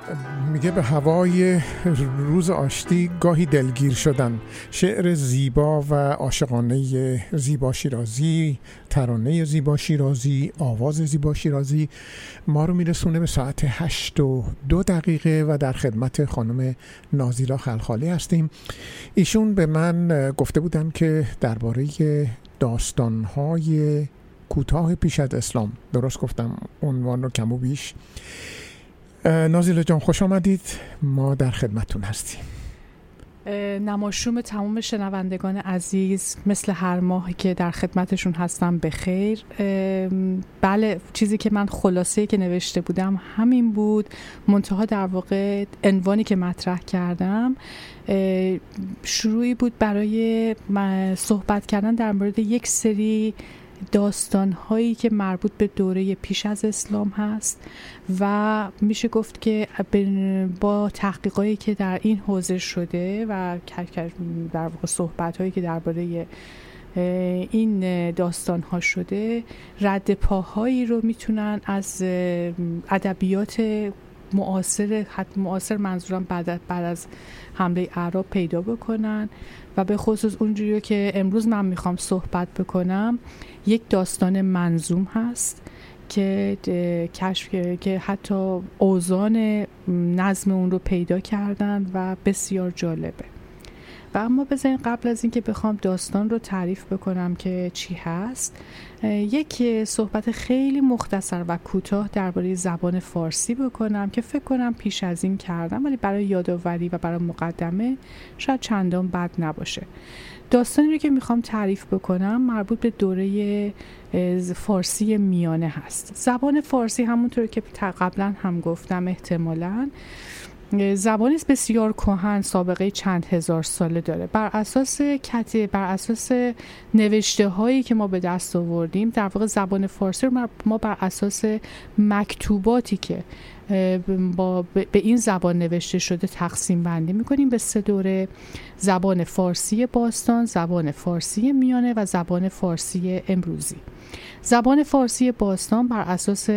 میگه به هوای روز آشتی گاهی دلگیر شدن. شعر زیبا و عاشقانه زیبا شیرازی، ترانه زیبا شیرازی، آواز زیبا شیرازی ما رو میرسونه به ساعت 8:02 و در خدمت خانم نازیلا خلخالی هستیم. ایشون به من گفته بودن که درباره داستان‌های کوتاه پیش از اسلام، درست گفتم عنوان رو کم و بیش؟ نازیلا جان خوش آمدید، ما در خدمتتون هستیم. نماشوم تمام شنوندگان عزیز، مثل هر ماهی که در خدمتشون هستم بخیر. بله، چیزی که من خلاصه که نوشته بودم همین بود، منتها در واقع عنوانی که مطرح کردم شروعی بود برای صحبت کردن در مورد یک سری داستان هایی که مربوط به دوره پیش از اسلام هست و میشه گفت که با تحقیقاتی که در این حوزه شده و در واقع صحبت هایی که درباره این داستان ها شده، رد پاهایی رو میتونن از ادبیات معاصر منظورم بعد از حمله اعراب پیدا بکنن و به خصوص اونجوری که امروز من میخوام صحبت بکنم یک داستان منظوم هست که کشف که حتی اوزان نظم اون رو پیدا کردن و بسیار جالبه. و اما بذارین قبل از اینکه بخوام داستان رو تعریف بکنم که چی هست، یک صحبت خیلی مختصر و کوتاه درباره زبان فارسی بکنم که فکر کنم پیش از این کردم، ولی برای یادآوری و برای مقدمه شاید چندان بد نباشه. داستانی رو که میخوام تعریف بکنم مربوط به دوره فارسی میانه هست. زبان فارسی همونطور که قبلا هم گفتم احتمالاً زبانی است بسیار کهن، سابقه چند هزار ساله داره. بر اساس نوشته هایی که ما به دست آوردیم، در واقع زبان فارسی رو ما بر اساس مکتوباتی که به این زبان نوشته شده تقسیم بندی میکنیم به 3 دوره: زبان فارسی باستان، زبان فارسی میانه و زبان فارسی امروزی. زبان فارسی باستان بر اساس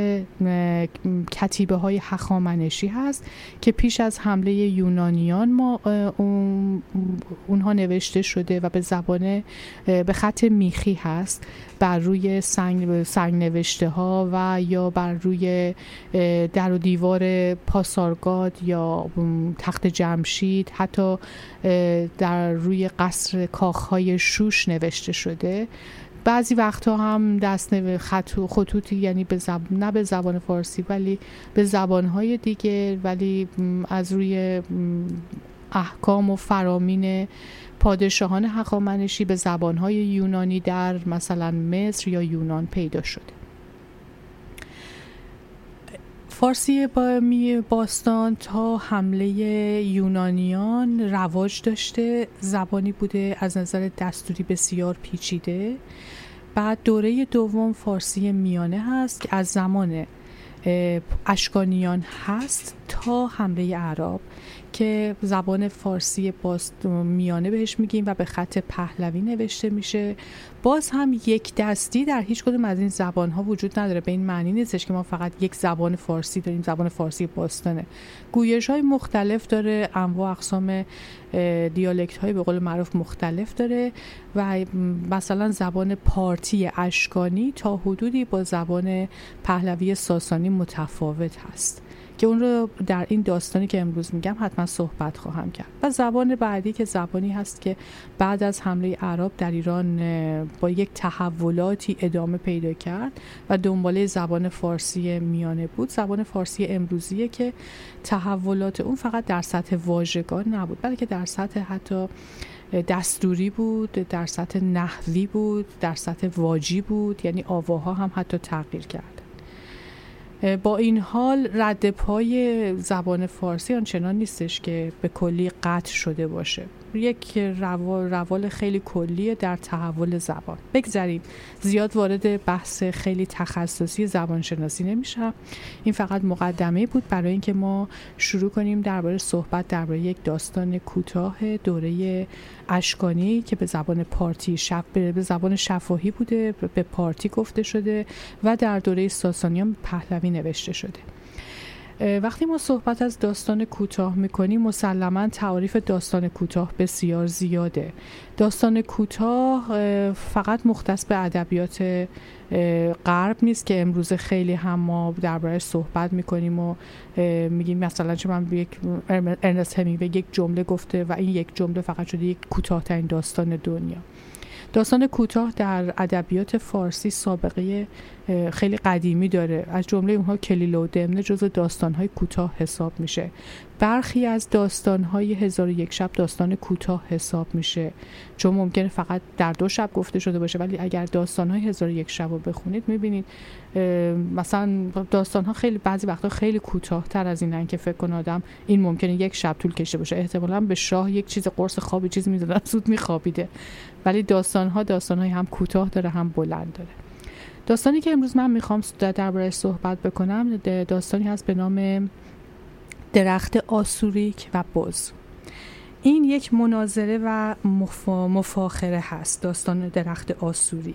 کتیبه های هخامنشی هست که پیش از حمله یونانیان اونها نوشته شده و به خط میخی هست، بر روی سنگ نوشته ها و یا بر روی در و دیوار پاسارگاد یا تخت جمشید، حتی در روی قصر کاخهای شوش نوشته شده. بعضی وقتها هم خطوطی، یعنی نه به زبان فارسی ولی به زبانهای دیگه، ولی از روی احکام و فرامین پادشاهان هخامنشی به زبانهای یونانی در مثلا مصر یا یونان پیدا شده. فارسی باستان تا حمله یونانیان رواج داشته، زبانی بوده از نظر دستوری بسیار پیچیده. بعد دوره دوم فارسی میانه هست که از زمان اشکانیان هست تا حمله اعراب که زبان فارسی میانه بهش میگیم و به خط پهلوی نوشته میشه. باز هم یک دستی در هیچ کدوم از این زبان‌ها وجود نداره. به این معنی نیستش که ما فقط یک زبان فارسی داریم، زبان فارسی باستانه. گویش‌های مختلف داره، انواع اقسام دیالکت‌های به قول معروف مختلف داره و مثلا زبان پارتی اشکانی تا حدودی با زبان پهلوی ساسانی متفاوت هست که اون رو در این داستانی که امروز میگم حتما صحبت خواهم کرد. و زبان بعدی که زبانی هست که بعد از حمله اعراب در ایران با یک تحولاتی ادامه پیدا کرد و دنباله زبان فارسی میانه بود، زبان فارسی امروزیه که تحولات اون فقط در سطح واژگان نبود، بلکه در سطح حتی دستوری بود، در سطح نحوی بود، در سطح واجی بود، یعنی آواها هم حتی تغییر کرد. با این حال رد پای زبان فارسی آنچنان نیستش که به کلی قطع شده باشه. یک روال خیلی کلیه در تحول زبان. بگذاریم زیاد وارد بحث خیلی تخصصی زبانشناسی نمیشم. این فقط مقدمه بود برای اینکه ما شروع کنیم صحبت درباره یک داستان کوتاه دوره اشکانی که به زبان به زبان شفاهی بوده، به پارتی گفته شده و در دوره ساسانیان پهلوی نوشته شده. وقتی ما صحبت از داستان کوتاه میکنیم مسلماً تعاریف داستان کوتاه بسیار زیاده. داستان کوتاه فقط مختص به ادبیات غرب نیست که امروز خیلی هم ما درباره‌اش صحبت میکنیم و میگیم مثلا چه من ارنست همینگوی یک جمله گفته و این یک جمله فقط شده یک کوتاه‌ترین داستان دنیا. داستان کوتاه در ادبیات فارسی سابقه خیلی قدیمی داره. از جمله اونها کلیله و دمنه جزو داستان‌های کوتاه حساب میشه. برخی از داستان‌های 1001 شب داستان کوتاه حساب میشه، چون ممکنه فقط در 2 شب گفته شده باشه، ولی اگر داستان‌های 1001 شب رو بخونید میبینید مثلا داستان‌ها خیلی بعضی وقتا خیلی کوتاه‌تر از اینن که فکر کنه آدم این ممکنه 1 شب طول کشیده باشه. احتمالاً به شاه یک چیز قرص خوابی چیزی می‌دادن زود می‌خوابیده. ولی داستان‌های هم کوتاه داره هم بلند داره. داستانی که امروز من میخوام درباره‌اش صحبت بکنم داستانی هست به نام درخت آسوریک و بز. این یک مناظره و مفاخره هست. داستان درخت آسوری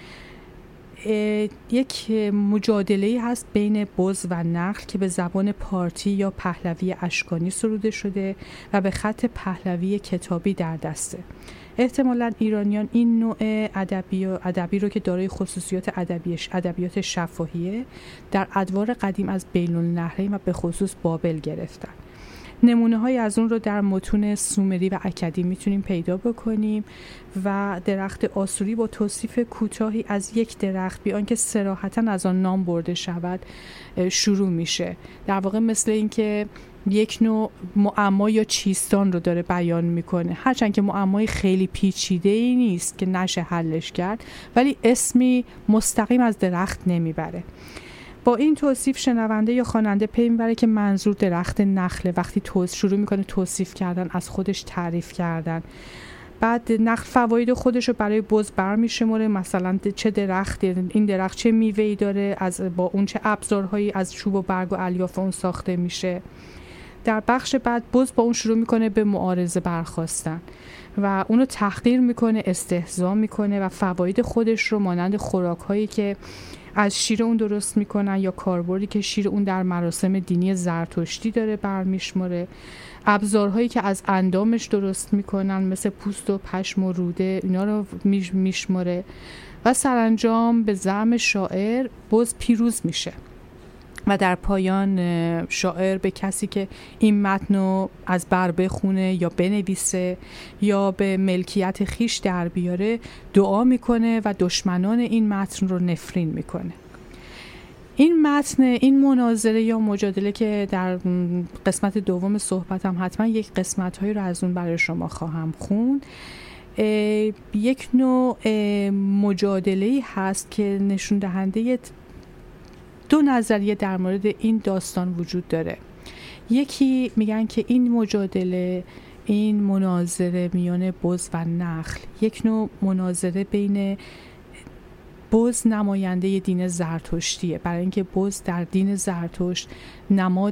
یک مجادله هست بین بز و نخل که به زبان پارتی یا پهلوی اشکانی سروده شده و به خط پهلوی کتابی در دسته. احتمالاً ایرانیان این نوع ادبی رو که دارای خصوصیات ادبیات شفاهیه در ادوار قدیم از بین النهرین و به خصوص بابل گرفتن. نمونه‌های از اون رو در متون سومری و اکدی میتونیم پیدا بکنیم و درخت آسوری با توصیف کوتاهی از یک درخت بی آنکه صراحتاً از آن نام برده شود شروع میشه. در واقع مثل این که یک نوع معما یا چیستان رو داره بیان میکنه، هرچند که معمای خیلی پیچیده‌ای نیست که نشه حلش کرد، ولی اسمی مستقیم از درخت نمیبره. با این توصیف شنونده یا خواننده پی میبره که منظور درخت نخله. وقتی شروع میکنه توصیف کردن، از خودش تعریف کردن، بعد نخل فواید خودش رو برای بز برمیشماره، مثلا چه درختی، این درخت چه میوه‌ای داره، با اون چه ابزارهایی از چوب و برگ و الیاف اون ساخته میشه. در بخش بعد بز با اون شروع میکنه به معارضه برخاستن و اونو تحقیر میکنه، استهزا میکنه و فواید خودش رو مانند خوراک‌هایی که از شیر اون درست میکنن یا کاربردی که شیر اون در مراسم دینی زرتشتی داره برمیشماره، ابزارهایی که از اندامش درست میکنن مثل پوست و پشم و روده، اینا رو میشماره و سرانجام به زعم شاعر بز پیروز میشه و در پایان شاعر به کسی که این متن رو از بر بخونه یا بنویسه یا به ملکیت خیش در بیاره دعا میکنه و دشمنان این متن رو نفرین میکنه. این متن، این مناظره یا مجادله که در قسمت دوم صحبتم حتما یک قسمت‌هایی رو از اون برای شما خواهم خوند، یک نوع مجادله‌ای هست که نشون دهنده 2 نظریه در مورد این داستان وجود داره. یکی میگن که این مجادله، این مناظره میان بز و نخل یک نوع مناظره بین بز نماینده دین زرتشتیه، برای اینکه بز در دین زرتشت نماد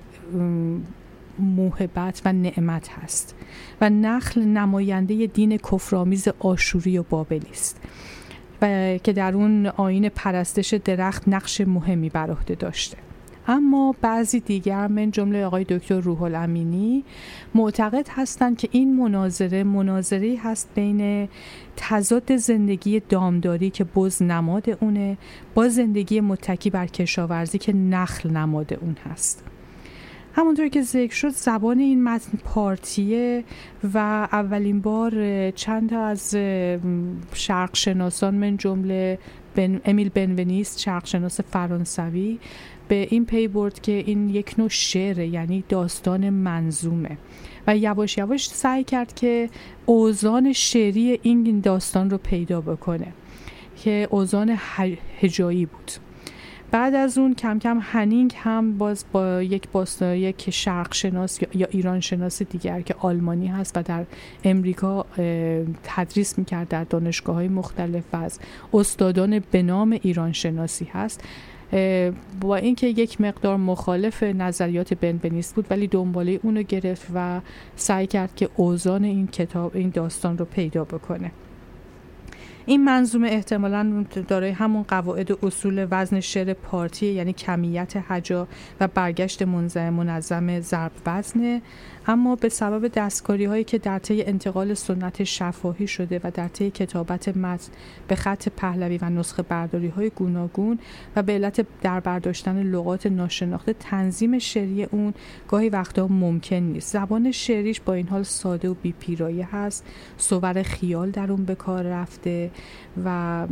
موهبت و نعمت هست و نخل نماینده دین کفرآمیز آشوری و بابلی است و که در اون آیین پرستش درخت نقش مهمی بر عهده داشته. اما بعضی دیگر من جمله آقای دکتر روح الامینی معتقد هستند که این مناظره هست بین تضاد زندگی دامداری که بز نماد اونه با زندگی متکی بر کشاورزی که نخل نماد اون هست. همونطور که ذکر شد زبان این متن پارتیه و اولین بار چند تا از شرق شناسان من جمله امیل بنونیست شرق شناس فرانسوی به این پی برد که این یک نوع شعره، یعنی داستان منظومه و یواش یواش سعی کرد که اوزان شعری این داستان رو پیدا بکنه که اوزان هجایی بود. بعد از اون کم کم هنینگ هم باز با یک شرق شناس یا ایران شناس دیگر که آلمانی هست و در امریکا تدریس میکرد در دانشگاه‌های مختلف و از استادان به نام ایران شناسی هست، با اینکه یک مقدار مخالف نظریات بنونیست بود ولی دنباله اونو گرفت و سعی کرد که اوزان این کتاب، این داستان رو پیدا بکنه. این منظومه احتمالاً دارای همون قواعد و اصول وزن شعر پارتی، یعنی کمیت هجا و برگشت منظم ضرب وزنه، اما به سبب دستکاری هایی که در طی انتقال سنت شفاهی شده و در طی کتابت متن به خط پهلوی و نسخه برداری های گوناگون و به علت در برداشتن لغات ناشناخته، تنظیم شعری اون گاهی وقتا ممکن نیست. زبان شعریش با این حال ساده و بی پیرایه هست، صور خیال در اون به کار رفته و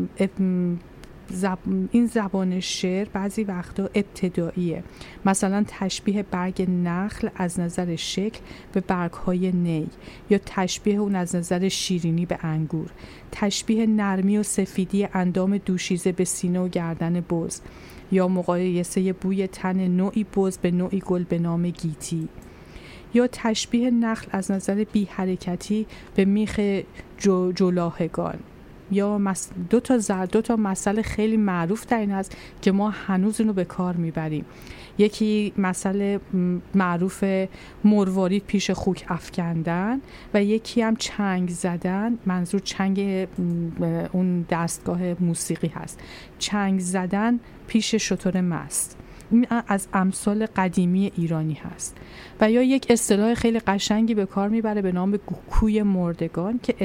این زبان شعر بعضی وقتا ابتداییه. مثلا تشبیه برگ نخل از نظر شکل به برگ‌های نی، یا تشبیه اون از نظر شیرینی به انگور، تشبیه نرمی و سفیدی اندام دوشیزه به سینه و گردن بز، یا مقایسه بوی تن نوعی بز به نوعی گل به نام گیتی، یا تشبیه نخل از نظر بی حرکتی به میخ جولاهگان. یا دو تا مسئله خیلی معروف در این هست که ما هنوز اینو به کار میبریم. یکی مسئله معروف مروارید پیش خوک افکندن و یکی هم چنگ زدن، منظور چنگ اون دستگاه موسیقی هست، چنگ زدن پیش شتر مست. این از امثال قدیمی ایرانی هست. و یا یک اصطلاح خیلی قشنگی به کار میبره به نام کوی مردگان که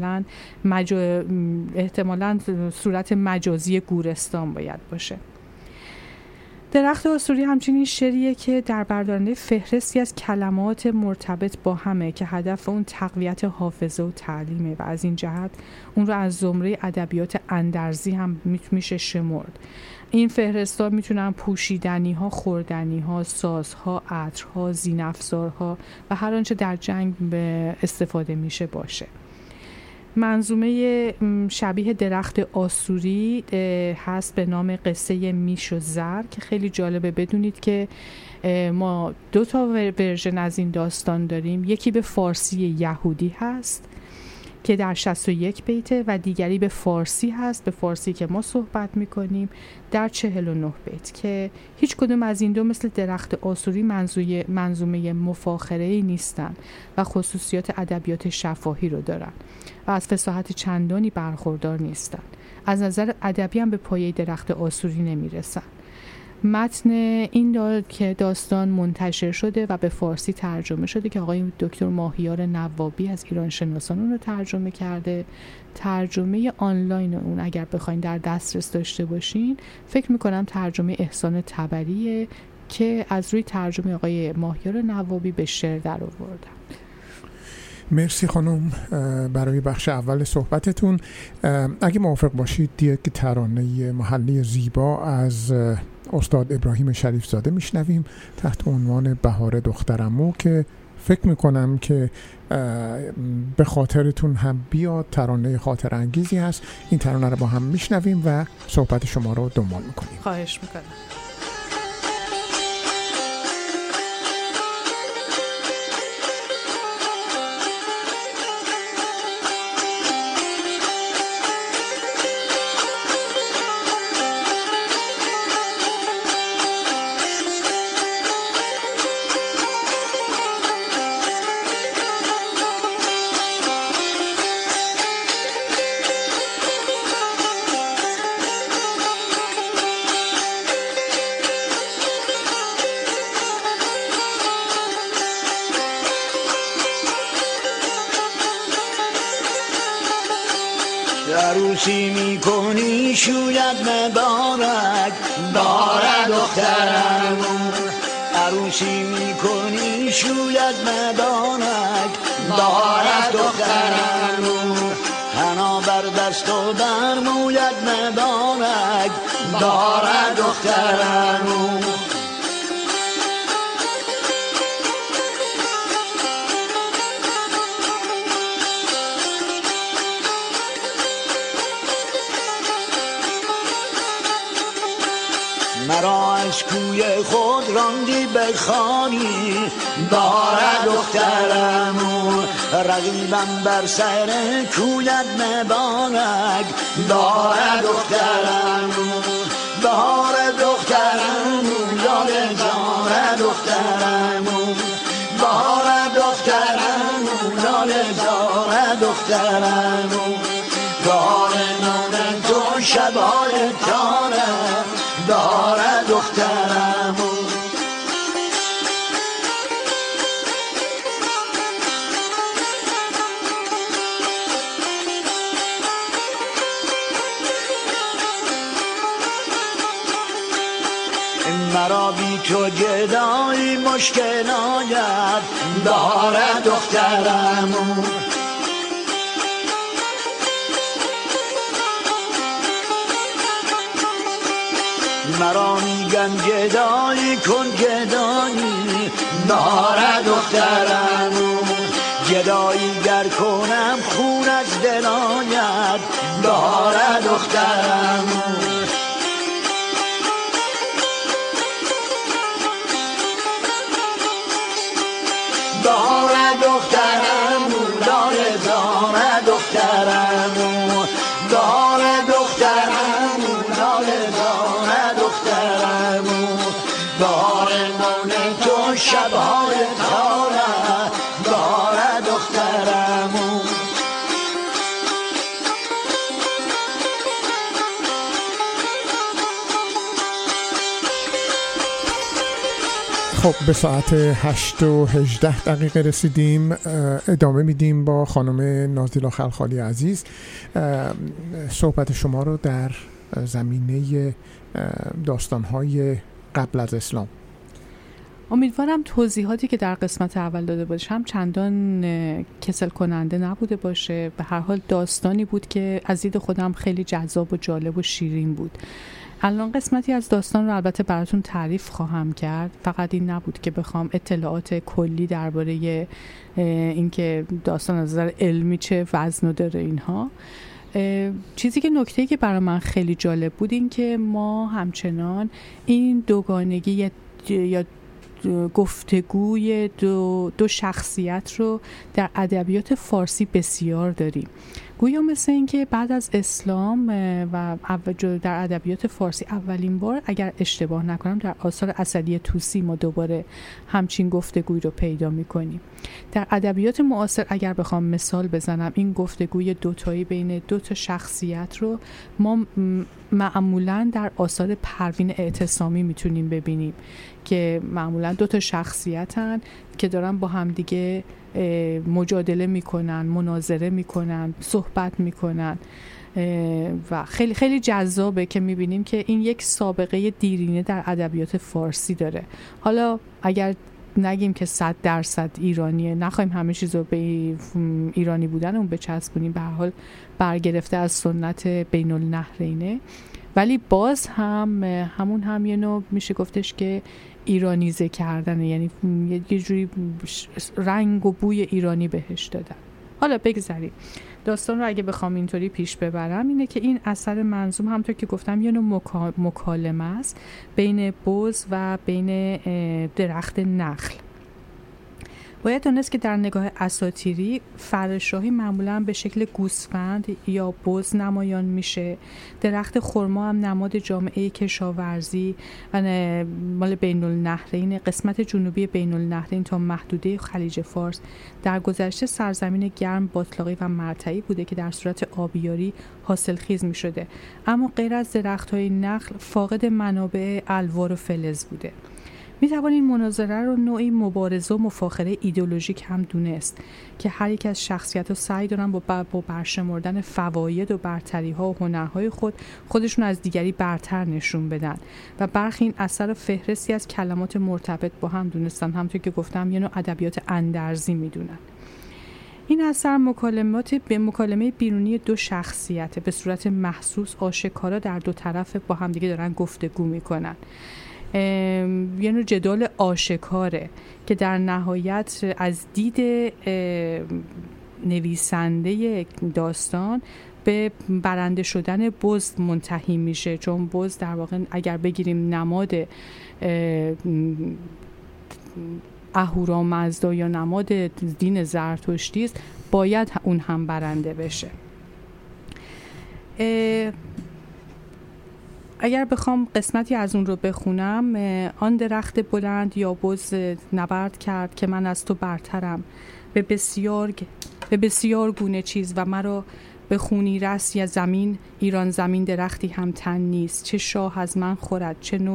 احتمالاً صورت مجازی گورستان باید باشه. درخت آسوری همچنین شعریه که در بردارنده فهرستی از کلمات مرتبط با همه که هدف اون تقویت حافظه و تعلیمه و از این جهت اون رو از زمره ادبیات اندرزی هم میشه شمرد. این فهرست‌ها میتونن پوشیدنی ها، خوردنی ها، سازها، عطرها، زین‌افزارها و هر آنچه در جنگ به استفاده میشه باشه. منظومه شبیه درخت آسوری هست به نام قصه میش و زر که خیلی جالبه بدونید که ما 2 ورژن از این داستان داریم. یکی به فارسی یهودی هست که در 61 بیته و دیگری به فارسی هست، به فارسی که ما صحبت میکنیم، در 49 بیت که هیچ کدوم از این دو مثل درخت آسوری منظومه مفاخره‌ای نیستن و خصوصیات ادبیات شفاهی رو دارن و از فصاحت چندانی برخوردار نیستن. از نظر ادبی هم به پایه درخت آسوری نمیرسن. متن این که داستان منتشر شده و به فارسی ترجمه شده که آقای دکتر ماهیار نوابی از ایران شناسان اون رو ترجمه کرده. ترجمه آنلاین اون اگر بخواین در دسترس داشته باشین فکر میکنم ترجمه احسان طبریه که از روی ترجمه آقای ماهیار نوابی به شعر در آوردن. مرسی خانم برای بخش اول صحبتتون. اگه موافق باشید یک ترانه محلی زیبا از استاد ابراهیم شریف زاده میشنویم تحت عنوان بهار دخترمو که فکر میکنم که به خاطرتون هم بیاد، ترانه خاطر انگیزی هست. این ترانه رو با هم میشنویم و صحبت شما رو دنبال میکنیم. خواهش میکنم. عروسی میکنی شوید مبارک بار دخترمون، عروسی میکنی شوید مبارک بار دخترمون، حنا بر دست و بر موید مبارک بار دخترمون. مرا از کوی خود راندی بخوانی بار دخترمون، رقیبم بر سر کویت مبارک بار دخترمون، بهار دخترمون یاد زار دخترمون، بهار دخترمون یاد زار دخترمون، بهار دخترمو مرا بی تو جدایی مشکل آید داره دخترمو مرا میگن گدایی کن گدایی داره دخترمو گدایی گر کنم خون از دل آید داره دخترمو داره دخترمو داره داره دخترمو داره دخترمو داره داره دخترمو داره نان تو شبهای تاره داره دخترمو خب به ساعت 8:18 رسیدیم. ادامه میدیم با خانم نازیلا خلخالی عزیز صحبت شما رو در زمینه داستان‌های قبل از اسلام. امیدوارم توضیحاتی که در قسمت اول داده باشم هم چندان کسل کننده نبوده باشه. به هر حال داستانی بود که از دید خودم خیلی جذاب و جالب و شیرین بود. الان قسمتی از داستان رو البته براتون تعریف خواهم کرد. فقط این نبود که بخوام اطلاعات کلی درباره اینکه داستان از نظر علمی چه وزن داره اینها. چیزی که نکته‌ای که برای من خیلی جالب بود این که ما همچنان این دوگانگی یا گفتگوی دو شخصیت رو در ادبیات فارسی بسیار داریم. گویا مثل این که بعد از اسلام و در ادبیات فارسی اولین بار اگر اشتباه نکنم در آثار اسدی طوسی ما دوباره همچین گفتگوی رو پیدا می‌کنیم. در ادبیات معاصر اگر بخوام مثال بزنم این گفتگوی دوتایی بین دو تا شخصیت رو ما معمولاً در آثار پروین اعتصامی میتونیم ببینیم که معمولاً دو تا شخصیتن که دارن با همدیگه مجادله میکنن، مناظره میکنن، صحبت میکنن و خیلی خیلی جذابه که میبینیم که این یک سابقه دیرینه در ادبیات فارسی داره. حالا اگر نگیم که 100% ایرانیه، نخوایم همه چیز رو به ایرانی بودن اون بچسبونیم، به هر حال برگرفته از سنت بین النهرینه، ولی باز هم همون هم یه نوع میشه گفتش که ایرانیزه کردنه، یعنی یه جوری رنگ و بوی ایرانی بهش دادن. حالا بگذاریم داستان رو اگه بخوام اینطوری پیش ببرم اینه که این اثر منظوم همونطور که گفتم یه نوع مکالمه است بین بز و بین درخت نخل. باید دونست که در نگاه اساطیری فرشاهی معمولاً به شکل گوسفند یا بز نمایان میشه. درخت خرما هم نماد جامعه کشاورزی و مال بین النهرین، قسمت جنوبی بین النهرین تا محدوده خلیج فارس در گذشته سرزمین گرم، باطلاقی و مرتعی بوده که در صورت آبیاری حاصلخیز میشده، اما غیر از درخت‌های نخل فاقد منابع الوار و فلز بوده. می توان این مناظره رو نوعی مبارزه و مفاخره ایدئولوژیک هم دونست که هر یک از شخصیت‌ها سعی دارن با برشمردن فواید و برتری‌ها و هنرهای خودشون از دیگری برتر نشون بدن و برخی این اثر فهرستی از کلمات مرتبط با هم دونستن، همونطور که گفتم یه نوع ادبیات اندرزی میدونن. این اثر مکالمه بیرونی دو شخصیت به صورت محسوس آشکارا در دو طرف با هم دیگه دارن گفتگو میکنن. یه نوع جدال آشکاره که در نهایت از دید نویسنده داستان به برنده شدن بز منتهی میشه، چون بز در واقع اگر بگیریم نماد اهورامزدا یا نماد دین زرتشتی است، باید اون هم برنده بشه. اگر بخوام قسمتی از اون رو بخونم، آن درخت بلند یا بز نبرد کرد که من از تو برترم به بسیار گونه چیز و مرا به خونی رس یا زمین، ایران زمین درختی هم تن نیست، چه شاه از من خورد چه نو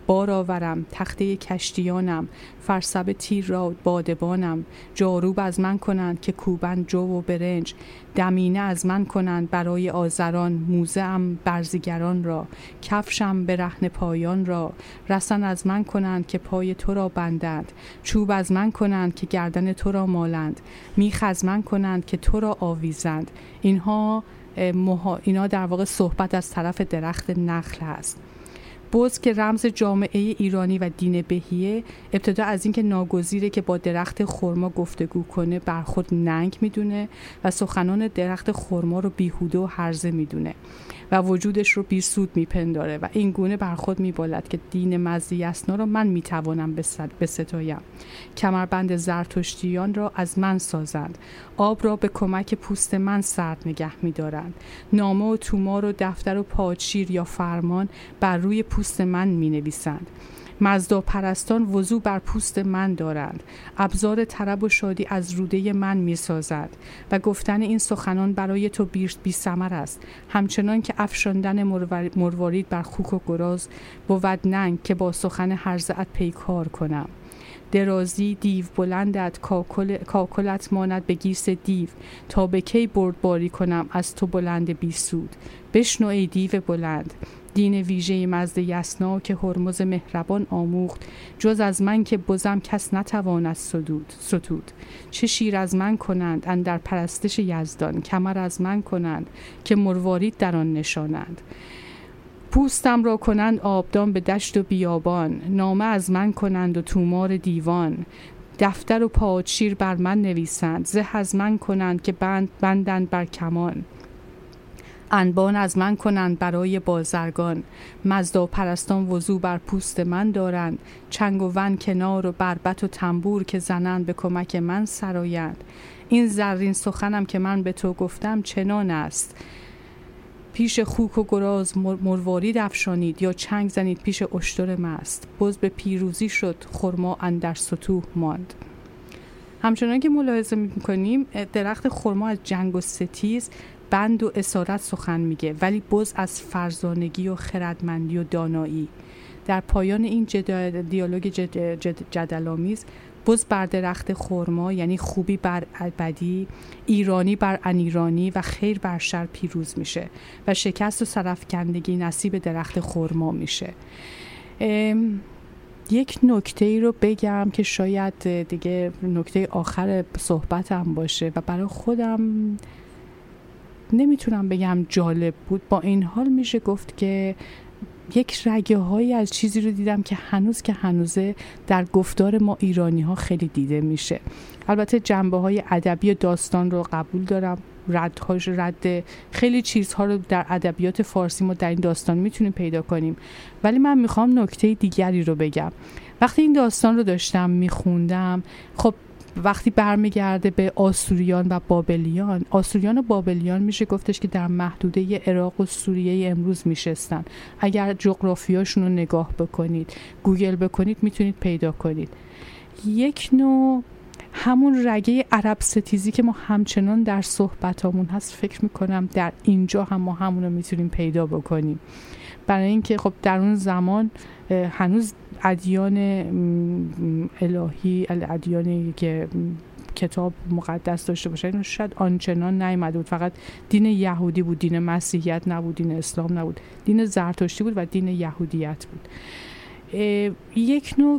بار آورم تخته کشتیانم، فرسب تیر را بادبانم. جاروب از من کنند که کوبند جو و برنج، دمینه از من کنند برای آزران. موزه ام برزیگران را، کفشم برهنه پایان را. رسن از من کنند که پای تو را بندند، چوب از من کنند که گردن تو را مالند. میخ از من کنند که تو را آویزند. اینا در واقع صحبت از طرف درخت نخل هست. بز که رمز جامعه ایرانی و دین بهیه، ابتدا از اینکه ناگزیره که با درخت خرما گفتگو کنه بر خود ننگ میدونه و سخنان درخت خرما رو بیهوده و هرزه میدونه و وجودش رو بیسود میپنداره و این گونه بر خود میبالد که دین مزد یسنا رو من میتوانم بستایم. کمربند زرتشتیان را از من سازند، آب را به کمک پوست من سرد نگه میدارند. نامه و تومار و دفتر و پادشیر یا فرمان بر روی پوست من می نویسند. مزدا پرستان وضو بر پوست من دارند، ابزار طرب و شادی از روده من می سازد و گفتن این سخنان برای تو بی ثمر است، همچنان که افشاندن مروارید بر خوک و گراز بود ننگ که با سخن هرزه‌ات پیکار کنم. درازی دیو بلندت، کاکلت ماند به گیس دیو، تا به کی بردباری کنم از تو بلند بی سود. بشنو ای دیو بلند، دین ویژه مزد یسنا که هرمز مهربان آموخت، جز از من که بزم کس نتواند ستود. چه شیر از من کنند اندر پرستش یزدان، کمر از من کنند که مروارید در آن نشانند. پوستم را کنند آبدان به دشت و بیابان، نامه از من کنند و تومار دیوان. دفتر و پادشیر بر من نویسند، زه از من کنند که بندند بر کمان. انبان از من کنند برای بازرگان، مزدا پرستان وضو بر پوست من دارند. چنگ و ون کنار و بربط و تنبور که زنند به کمک من سرایند. این زرین سخنم که من به تو گفتم چنان است، پیش خوک و گراز مروارید افشانید، یا چنگ زنید پیش اشتر مست. بز به پیروزی شد، خرما اندر ستوه ماند. همچنان که ملاحظه می‌کنیم درخت خرما از جنگ و ستیز، بند و اسارت سخن میگه، ولی بز از فرزانگی و خردمندی و دانایی. در پایان این دیالوگ جدل‌آمیز، بز بر درخت خرما یعنی خوبی بر بدی، ایرانی بر انیرانی و خیر بر شر پیروز میشه و شکست و سرفکندگی نصیب درخت خرما میشه. یک نکته ای رو بگم که شاید دیگه نکته آخر صحبتم باشه و برای خودم نمیتونم بگم جالب بود، با این حال میشه گفت که یک رگه هایی از چیزی رو دیدم که هنوزه در گفتار ما ایرانی ها خیلی دیده میشه. البته جنبه های ادبی داستان رو قبول دارم، رد خیلی چیزها رو در ادبیات فارسی ما در این داستان میتونیم پیدا کنیم، ولی من میخوام نکته دیگری رو بگم. وقتی این داستان رو داشتم میخوندم، خب وقتی برمیگرده به آسوریان و بابلیان، آسوریان و بابلیان میشه گفتش که در محدوده عراق و سوریه امروز میشستن. اگر جغرافیاشون رو نگاه بکنید، گوگل بکنید، میتونید پیدا کنید. یک نوع همون رگه عرب ستیزی که ما همچنان در صحبتامون هست، فکر میکنم در اینجا هم ما همون رو میتونیم پیدا بکنیم. برای اینکه خب در اون زمان هنوز ادیان الهی، ادیانی که کتاب مقدس داشته باشه اینو شاید آنچنان نیامده بود. فقط دین یهودی بود، دین مسیحیت نبود، دین اسلام نبود، دین زرتشتی بود و دین یهودیت بود. یک نوع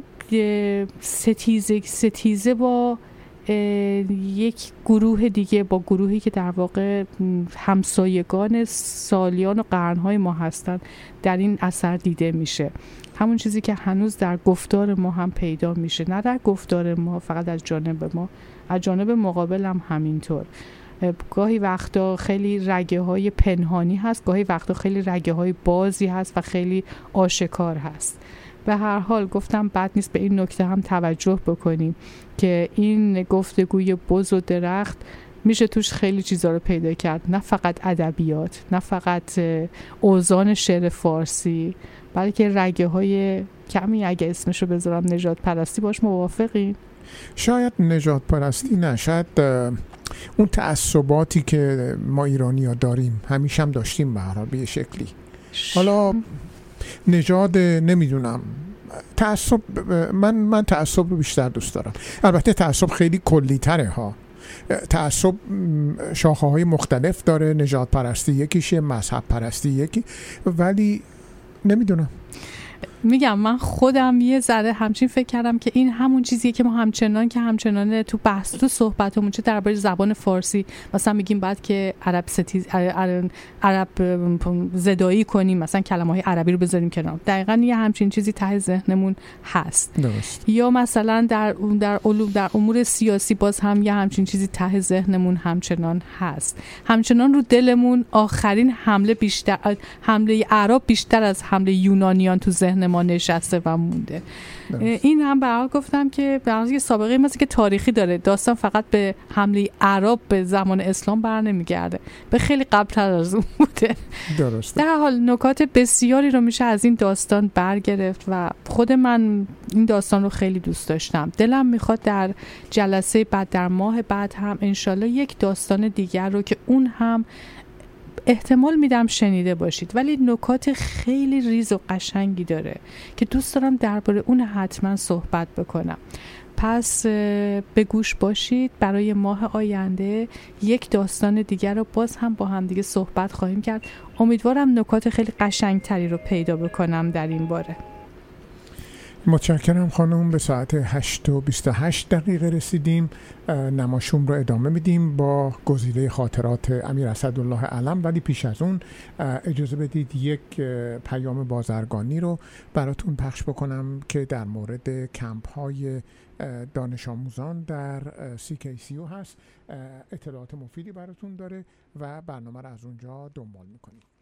ستیزه با یک گروه دیگه، با گروهی که در واقع همسایگان سالیان و قرنهای ما هستن، در این اثر دیده میشه. همون چیزی که هنوز در گفتار ما هم پیدا میشه، نه در گفتار ما فقط از جانب ما، از جانب مقابل هم همینطور. گاهی وقتا خیلی رگه های پنهانی هست، گاهی وقتا خیلی رگه های بازی هست و خیلی آشکار هست. به هر حال گفتم بد نیست به این نکته هم توجه بکنیم که این گفتگوی بز و درخت میشه توش خیلی چیزا رو پیدا کرد، نه فقط ادبیات، نه فقط اوزان شعر فارسی، بلکه رگه های کمی، اگه اسمشو بذارم نژاد پرستی، باش موافقین؟ شاید نژاد پرستی نه، شاید اون تعصباتی که ما ایرانی ها داریم همیشه هم داشتیم به هر حال به یه شکلی. حالا نژاد نمیدونم تعصب من تعصب رو بیشتر دوست دارم. البته تعصب خیلی کلی تره ها. تعصب شاخه های مختلف داره، نژاد پرستی یکیشه، مذهب پرستی یکی، ولی نمیدونم. میگم من خودم یه ذره همچین فکر کردم که این همون چیزیه که ما همچنان تو بحث تو صحبتمون چه درباره زبان فارسی مثلا میگیم بعد که عرب زدایی کنیم، مثلا کلمه‌های عربی رو بذاریم کنار. دقیقاً یه همچین چیزی ته ذهنمون هست. درست. یا مثلا در امور سیاسی باز هم یه همچین چیزی ته ذهنمون همچنان هست. همچنان رو دلمون آخرین حمله عرب بیشتر از حمله یونانیان تو ذهن ما نشسته و مونده. این هم به حال گفتم که به حال یه سابقه مثل که تاریخی داره. داستان فقط به حمله عرب به زمان اسلام بر نمیگرده، به خیلی قبل‌تر از اون بوده. درسته. در حال نکات بسیاری رو میشه از این داستان برگرفت و خود من این داستان رو خیلی دوست داشتم. دلم میخواد در جلسه بعد، در ماه بعد هم انشالله یک داستان دیگر رو که اون هم احتمال میدم شنیده باشید ولی نکات خیلی ریز و قشنگی داره که دوست دارم درباره اون حتما صحبت بکنم. پس به گوش باشید. برای ماه آینده یک داستان دیگر رو باز هم با هم دیگه صحبت خواهیم کرد. امیدوارم نکات خیلی قشنگتری رو پیدا بکنم در این باره. متشکرم خانم. به ساعت 8:28 رسیدیم. نماشوم رو ادامه میدیم با گزیده خاطرات امیر اسدالله علم، ولی پیش از اون اجازه بدید یک پیام بازرگانی رو براتون پخش بکنم که در مورد کمپ های دانش آموزان در CKCU هست. اطلاعات مفیدی براتون داره و برنامه رو از اونجا دنبال میکنید.